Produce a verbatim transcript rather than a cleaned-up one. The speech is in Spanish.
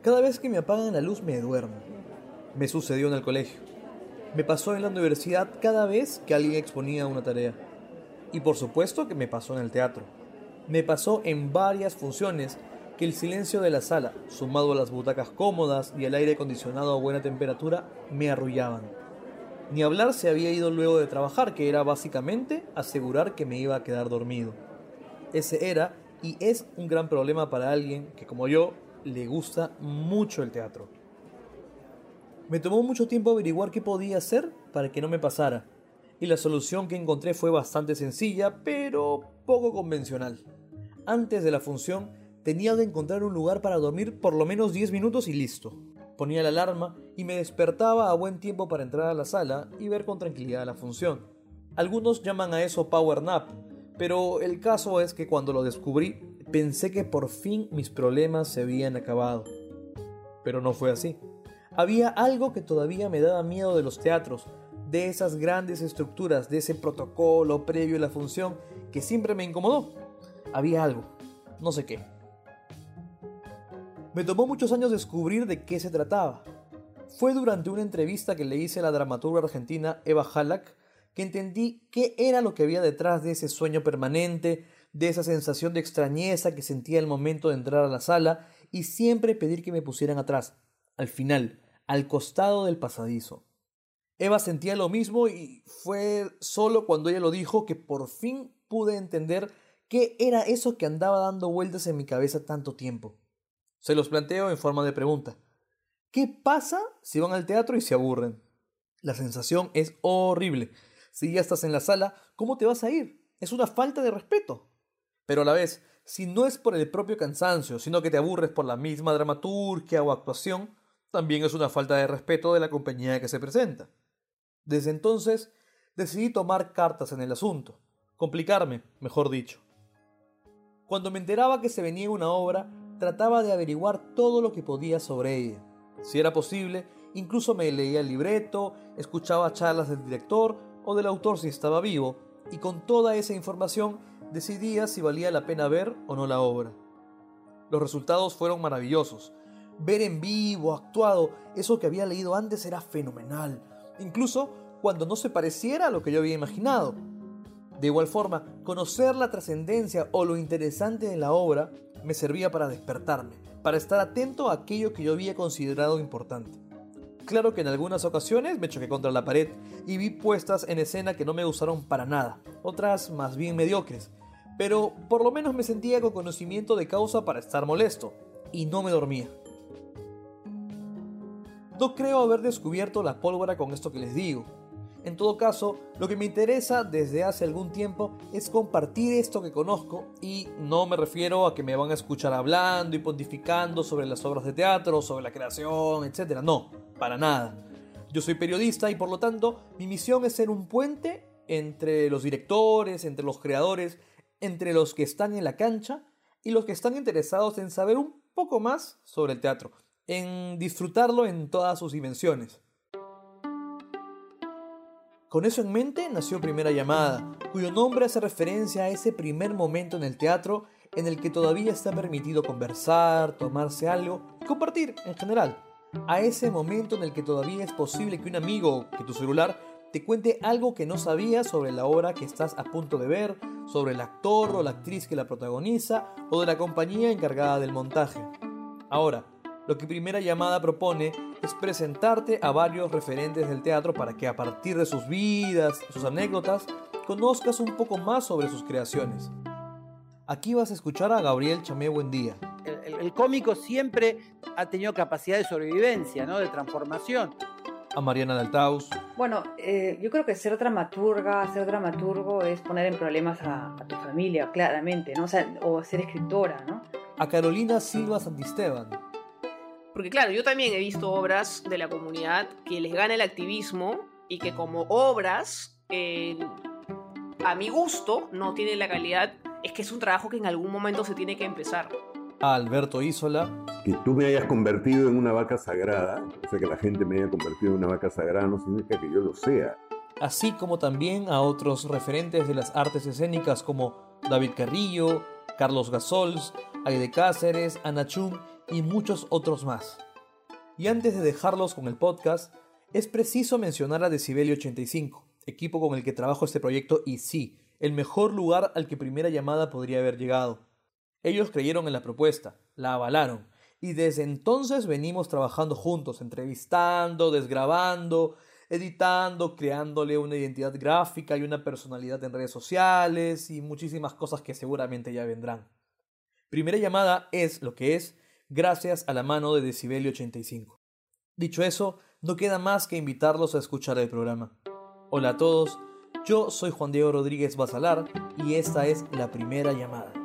Cada vez que me apagan la luz me duermo. Me sucedió en el colegio. Me pasó en la universidad cada vez que alguien exponía una tarea. Y por supuesto que me pasó en el teatro. Me pasó en varias funciones que el silencio de la sala, sumado a las butacas cómodas y el aire acondicionado a buena temperatura, me arrullaban. Ni hablar se había ido luego de trabajar, que era básicamente asegurar que me iba a quedar dormido. Ese era y es un gran problema para alguien que, como yo, le gusta mucho el teatro. Me tomó mucho tiempo averiguar qué podía hacer para que no me pasara, y la solución que encontré fue bastante sencilla, pero poco convencional. Antes de la función, tenía que encontrar un lugar para dormir por lo menos diez minutos y listo. Ponía la alarma y me despertaba a buen tiempo para entrar a la sala y ver con tranquilidad la función. Algunos llaman a eso power nap, pero el caso es que cuando lo descubrí, pensé que por fin mis problemas se habían acabado. Pero no fue así. Había algo que todavía me daba miedo de los teatros, de esas grandes estructuras, de ese protocolo previo a la función que siempre me incomodó. Había algo, no sé qué. Me tomó muchos años descubrir de qué se trataba. Fue durante una entrevista que le hice a la dramaturga argentina Eva Halack que entendí qué era lo que había detrás de ese sueño permanente, de esa sensación de extrañeza que sentía al momento de entrar a la sala y siempre pedir que me pusieran atrás, al final, al costado del pasadizo. Eva sentía lo mismo y fue solo cuando ella lo dijo que por fin pude entender qué era eso que andaba dando vueltas en mi cabeza tanto tiempo. Se los planteo en forma de pregunta. ¿Qué pasa si van al teatro y se aburren? La sensación es horrible. Si ya estás en la sala, ¿cómo te vas a ir? Es una falta de respeto. Pero a la vez, si no es por el propio cansancio, sino que te aburres por la misma dramaturgia o actuación, también es una falta de respeto de la compañía que se presenta. Desde entonces, decidí tomar cartas en el asunto. Complicarme, mejor dicho. Cuando me enteraba que se venía una obra, trataba de averiguar todo lo que podía sobre ella. Si era posible, incluso me leía el libreto, escuchaba charlas del director o del autor si estaba vivo, y con toda esa información decidía si valía la pena ver o no la obra. Los resultados fueron maravillosos. Ver en vivo, actuado, eso que había leído antes era fenomenal, incluso cuando no se pareciera a lo que yo había imaginado. De igual forma, conocer la trascendencia o lo interesante de la obra me servía para despertarme, para estar atento a aquello que yo había considerado importante. Claro que en algunas ocasiones me choqué contra la pared y vi puestas en escena que no me gustaron para nada, otras más bien mediocres, pero por lo menos me sentía con conocimiento de causa para estar molesto, y no me dormía. No creo haber descubierto la pólvora con esto que les digo. En todo caso, lo que me interesa desde hace algún tiempo es compartir esto que conozco, y no me refiero a que me van a escuchar hablando y pontificando sobre las obras de teatro, sobre la creación, etcétera. No, para nada. Yo soy periodista y por lo tanto mi misión es ser un puente entre los directores, entre los creadores, entre los que están en la cancha y los que están interesados en saber un poco más sobre el teatro, en disfrutarlo en todas sus dimensiones. Con eso en mente nació Primera Llamada, cuyo nombre hace referencia a ese primer momento en el teatro en el que todavía está permitido conversar, tomarse algo y compartir en general. A ese momento en el que todavía es posible que un amigo, que tu celular, te cuente algo que no sabías sobre la obra que estás a punto de ver, sobre el actor o la actriz que la protagoniza o de la compañía encargada del montaje. Ahora, lo que Primera Llamada propone es presentarte a varios referentes del teatro para que a partir de sus vidas, sus anécdotas, conozcas un poco más sobre sus creaciones. Aquí vas a escuchar a Gabriel Chamé Buendía. El, el, el cómico siempre ha tenido capacidad de sobrevivencia, ¿no? De transformación. A Mariana Daltaus. Bueno, eh, yo creo que ser dramaturga, ser dramaturgo es poner en problemas a, a tu familia, claramente, ¿no? O sea, o ser escritora, ¿no? A Carolina Silva Santisteban. Porque claro, yo también he visto obras de la comunidad que les gana el activismo y que como obras, eh, a mi gusto, no tienen la calidad. Es que es un trabajo que en algún momento se tiene que empezar. A Alberto Isola. Que tú me hayas convertido en una vaca sagrada, o sea, que la gente me haya convertido en una vaca sagrada, no significa que yo lo sea. Así como también a otros referentes de las artes escénicas como David Carrillo, Carlos Gasols, Aide Cáceres, Ana Chum y muchos otros más. Y antes de dejarlos con el podcast, es preciso mencionar a Decibelio ochenta y cinco, equipo con el que trabajo este proyecto y sí, el mejor lugar al que Primera Llamada podría haber llegado. Ellos creyeron en la propuesta, la avalaron, y desde entonces venimos trabajando juntos, entrevistando, desgrabando, editando, creándole una identidad gráfica y una personalidad en redes sociales y muchísimas cosas que seguramente ya vendrán. Primera Llamada es lo que es gracias a la mano de Decibelio ochenta y cinco. Dicho eso, no queda más que invitarlos a escuchar el programa. Hola a todos, yo soy Juan Diego Rodríguez Basalar y esta es La Primera Llamada.